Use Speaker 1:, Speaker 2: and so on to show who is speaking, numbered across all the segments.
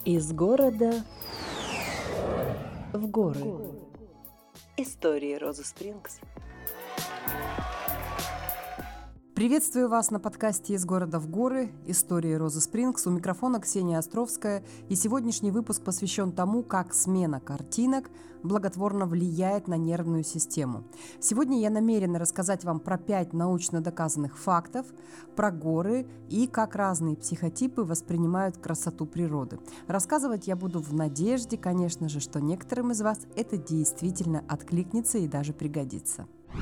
Speaker 1: Из города в горы. Истории Розы Спрингс.
Speaker 2: Приветствую вас на подкасте «Из города в горы. Истории Розы Спрингс». У микрофона Ксения Островская. И сегодняшний выпуск посвящен тому, как смена картинок благотворно влияет на нервную систему. Сегодня я намерена рассказать вам про 5 научно доказанных фактов, про горы и как разные психотипы воспринимают красоту природы. Рассказывать я буду в надежде, конечно же, что некоторым из вас это действительно откликнется и даже пригодится.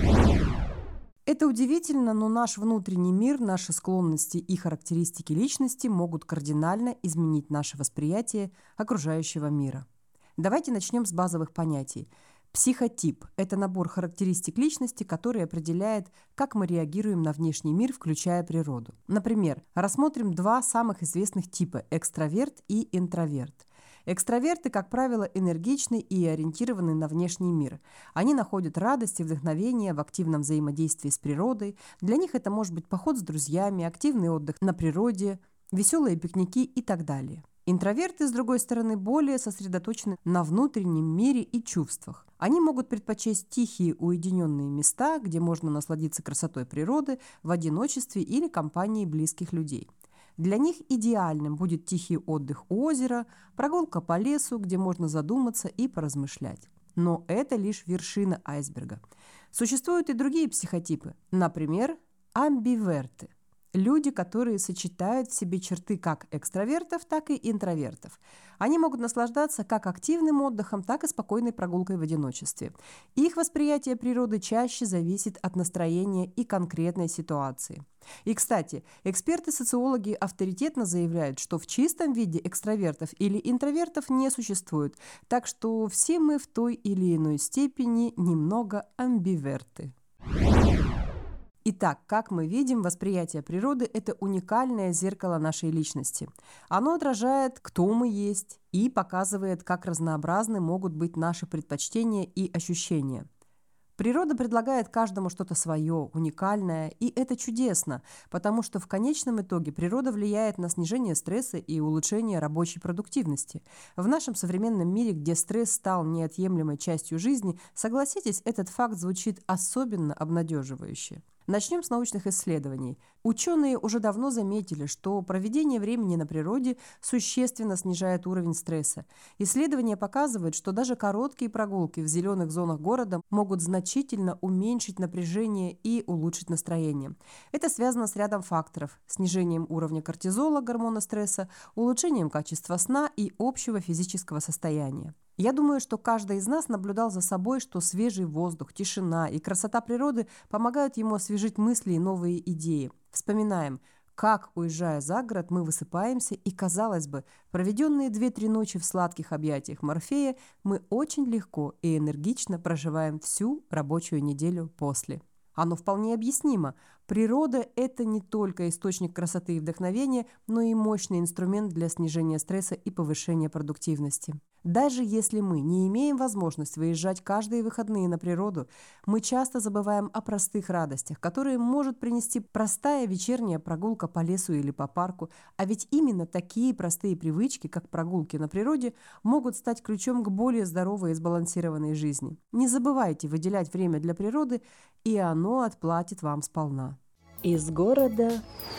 Speaker 2: Это удивительно, но наш внутренний мир, наши склонности и характеристики личности могут кардинально изменить наше восприятие окружающего мира. Давайте начнем с базовых понятий. Психотип – это набор характеристик личности, который определяет, как мы реагируем на внешний мир, включая природу. Например, рассмотрим 2 самых известных типа – экстраверт и интроверт. Экстраверты, как правило, энергичны и ориентированы на внешний мир. Они находят радость и вдохновение в активном взаимодействии с природой. Для них это может быть поход с друзьями, активный отдых на природе, веселые пикники и так далее. Интроверты, с другой стороны, более сосредоточены на внутреннем мире и чувствах. Они могут предпочесть тихие уединенные места, где можно насладиться красотой природы в одиночестве или компании близких людей. Для них идеальным будет тихий отдых у озера, прогулка по лесу, где можно задуматься и поразмышлять. Но это лишь вершина айсберга. Существуют и другие психотипы, например, амбиверты. Люди, которые сочетают в себе черты как экстравертов, так и интровертов. Они могут наслаждаться как активным отдыхом, так и спокойной прогулкой в одиночестве. Их восприятие природы чаще зависит от настроения и конкретной ситуации. И, кстати, эксперты-социологи авторитетно заявляют, что в чистом виде экстравертов или интровертов не существует, так что все мы в той или иной степени немного амбиверты. Итак, как мы видим, восприятие природы – это уникальное зеркало нашей личности. Оно отражает, кто мы есть, и показывает, как разнообразны могут быть наши предпочтения и ощущения. Природа предлагает каждому что-то свое, уникальное, и это чудесно, потому что в конечном итоге природа влияет на снижение стресса и улучшение рабочей продуктивности. В нашем современном мире, где стресс стал неотъемлемой частью жизни, согласитесь, этот факт звучит особенно обнадеживающе. Начнем с научных исследований. Ученые уже давно заметили, что проведение времени на природе существенно снижает уровень стресса. Исследования показывают, что даже короткие прогулки в зеленых зонах города могут значительно уменьшить напряжение и улучшить настроение. Это связано с рядом факторов – снижением уровня кортизола, гормона стресса, улучшением качества сна и общего физического состояния. Я думаю, что каждый из нас наблюдал за собой, что свежий воздух, тишина и красота природы помогают ему освежить мысли и новые идеи. Вспоминаем, как, уезжая за город, мы высыпаемся, и, казалось бы, проведенные 2-3 ночи в сладких объятиях Морфея, мы очень легко и энергично проживаем всю рабочую неделю после. Оно вполне объяснимо. Природа – это не только источник красоты и вдохновения, но и мощный инструмент для снижения стресса и повышения продуктивности. Даже если мы не имеем возможности выезжать каждые выходные на природу, мы часто забываем о простых радостях, которые может принести простая вечерняя прогулка по лесу или по парку. А ведь именно такие простые привычки, как прогулки на природе, могут стать ключом к более здоровой и сбалансированной жизни. Не забывайте выделять время для природы, и оно отплатит вам сполна.
Speaker 1: Из города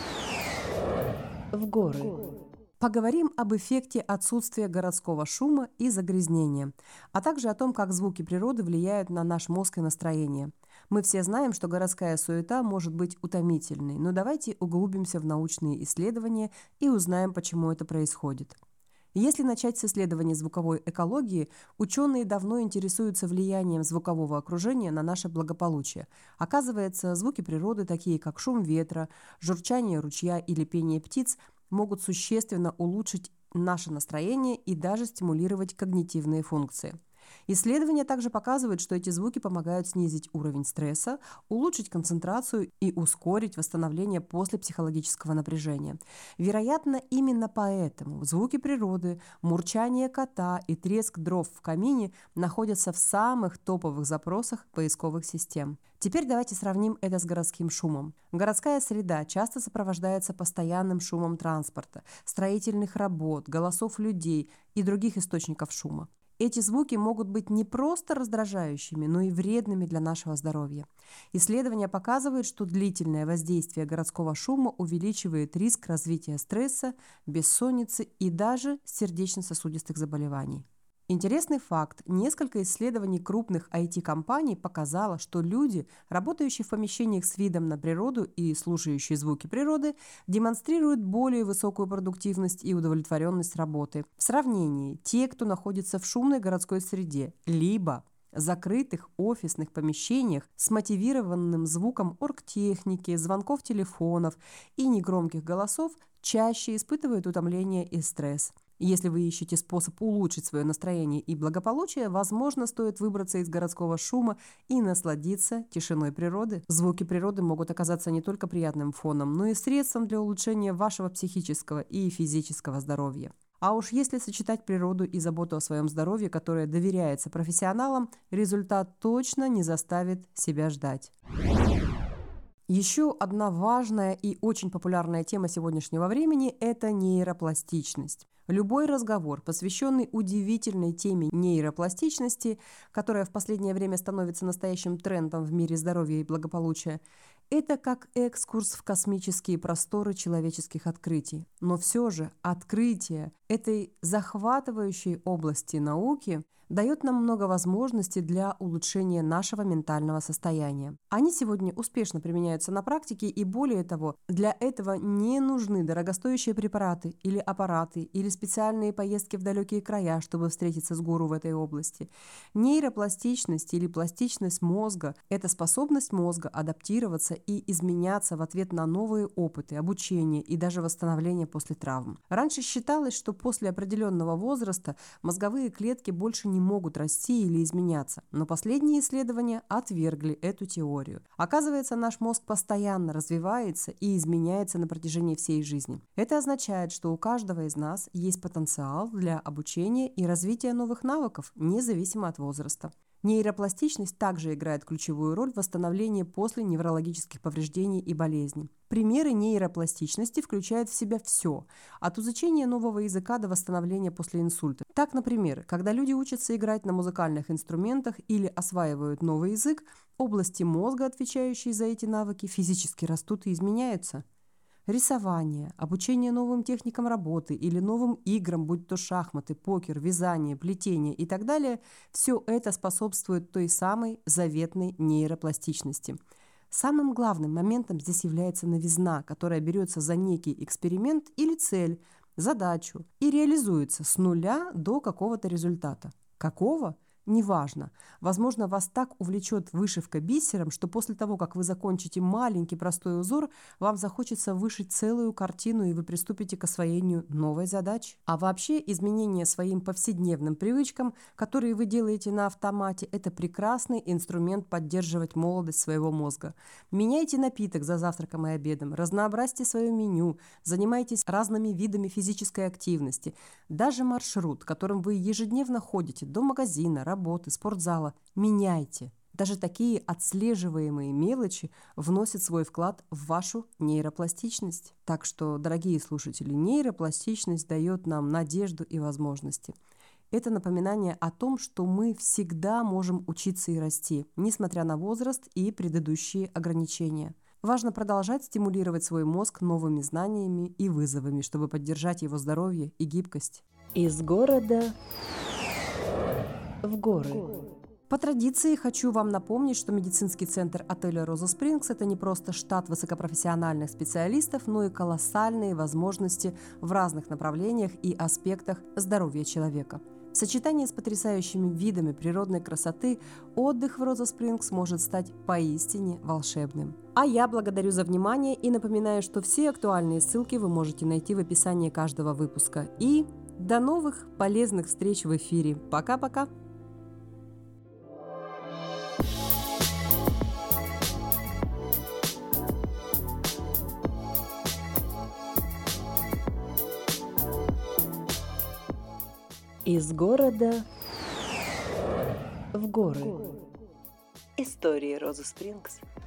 Speaker 1: в горы.
Speaker 2: Поговорим об эффекте отсутствия городского шума и загрязнения, а также о том, как звуки природы влияют на наш мозг и настроение. Мы все знаем, что городская суета может быть утомительной, но давайте углубимся в научные исследования и узнаем, почему это происходит. Если начать с исследования звуковой экологии, ученые давно интересуются влиянием звукового окружения на наше благополучие. Оказывается, звуки природы, такие как шум ветра, журчание ручья или пение птиц, могут существенно улучшить наше настроение и даже стимулировать когнитивные функции. Исследования также показывают, что эти звуки помогают снизить уровень стресса, улучшить концентрацию и ускорить восстановление после психологического напряжения. Вероятно, именно поэтому звуки природы, мурчание кота и треск дров в камине находятся в самых топовых запросах поисковых систем. Теперь давайте сравним это с городским шумом. Городская среда часто сопровождается постоянным шумом транспорта, строительных работ, голосов людей и других источников шума. Эти звуки могут быть не просто раздражающими, но и вредными для нашего здоровья. Исследования показывают, что длительное воздействие городского шума увеличивает риск развития стресса, бессонницы и даже сердечно-сосудистых заболеваний. Интересный факт. Несколько исследований крупных IT-компаний показало, что люди, работающие в помещениях с видом на природу и слушающие звуки природы, демонстрируют более высокую продуктивность и удовлетворенность работы. В сравнении, те, кто находится в шумной городской среде, либо закрытых офисных помещениях с мотивированным звуком оргтехники, звонков телефонов и негромких голосов, чаще испытывают утомление и стресс. Если вы ищете способ улучшить свое настроение и благополучие, возможно, стоит выбраться из городского шума и насладиться тишиной природы. Звуки природы могут оказаться не только приятным фоном, но и средством для улучшения вашего психического и физического здоровья. А уж если сочетать природу и заботу о своем здоровье, которая доверяется профессионалам, результат точно не заставит себя ждать. Еще одна важная и очень популярная тема сегодняшнего времени – это нейропластичность. Любой разговор, посвященный удивительной теме нейропластичности, которая в последнее время становится настоящим трендом в мире здоровья и благополучия, это как экскурс в космические просторы человеческих открытий. Но все же открытие этой захватывающей области науки дает нам много возможностей для улучшения нашего ментального состояния. Они сегодня успешно применяются на практике, и более того, для этого не нужны дорогостоящие препараты или аппараты, или специальные поездки в далекие края, чтобы встретиться с гуру в этой области. Нейропластичность или пластичность мозга – это способность мозга адаптироваться и изменяться в ответ на новые опыты, обучение и даже восстановление после травм. Раньше считалось, что после определенного возраста мозговые клетки больше не могут расти или изменяться, но последние исследования отвергли эту теорию. Оказывается, наш мозг постоянно развивается и изменяется на протяжении всей жизни. Это означает, что у каждого из нас есть потенциал для обучения и развития новых навыков, независимо от возраста. Нейропластичность также играет ключевую роль в восстановлении после неврологических повреждений и болезней. Примеры нейропластичности включают в себя все, от изучения нового языка до восстановления после инсульта. Так, например, когда люди учатся играть на музыкальных инструментах или осваивают новый язык, области мозга, отвечающие за эти навыки, физически растут и изменяются. Рисование, обучение новым техникам работы или новым играм, будь то шахматы, покер, вязание, плетение и так далее, все это способствует той самой заветной нейропластичности. Самым главным моментом здесь является новизна, которая берется за некий эксперимент или цель, задачу и реализуется с нуля до какого-то результата. Какого? Неважно. Возможно, вас так увлечет вышивка бисером, что после того, как вы закончите маленький простой узор, вам захочется вышить целую картину, и вы приступите к освоению новой задачи. А вообще, изменение своим повседневным привычкам, которые вы делаете на автомате, это прекрасный инструмент поддерживать молодость своего мозга. Меняйте напиток за завтраком и обедом, разнообразьте свое меню, занимайтесь разными видами физической активности. Даже маршрут, которым вы ежедневно ходите до магазина, работы, спортзала, меняйте. Даже такие отслеживаемые мелочи вносят свой вклад в вашу нейропластичность. Так что, дорогие слушатели, нейропластичность дает нам надежду и возможности. Это напоминание о том, что мы всегда можем учиться и расти, несмотря на возраст и предыдущие ограничения. Важно продолжать стимулировать свой мозг новыми знаниями и вызовами, чтобы поддержать его здоровье и гибкость.
Speaker 1: Из города в горы.
Speaker 2: По традиции хочу вам напомнить, что медицинский центр отеля «Роза Спрингс» – это не просто штат высокопрофессиональных специалистов, но и колоссальные возможности в разных направлениях и аспектах здоровья человека. В сочетании с потрясающими видами природной красоты отдых в «Роза Спрингс» может стать поистине волшебным. А я благодарю за внимание и напоминаю, что все актуальные ссылки вы можете найти в описании каждого выпуска. И до новых полезных встреч в эфире. Пока-пока!
Speaker 1: Из города в горы. Истории Розы Спрингс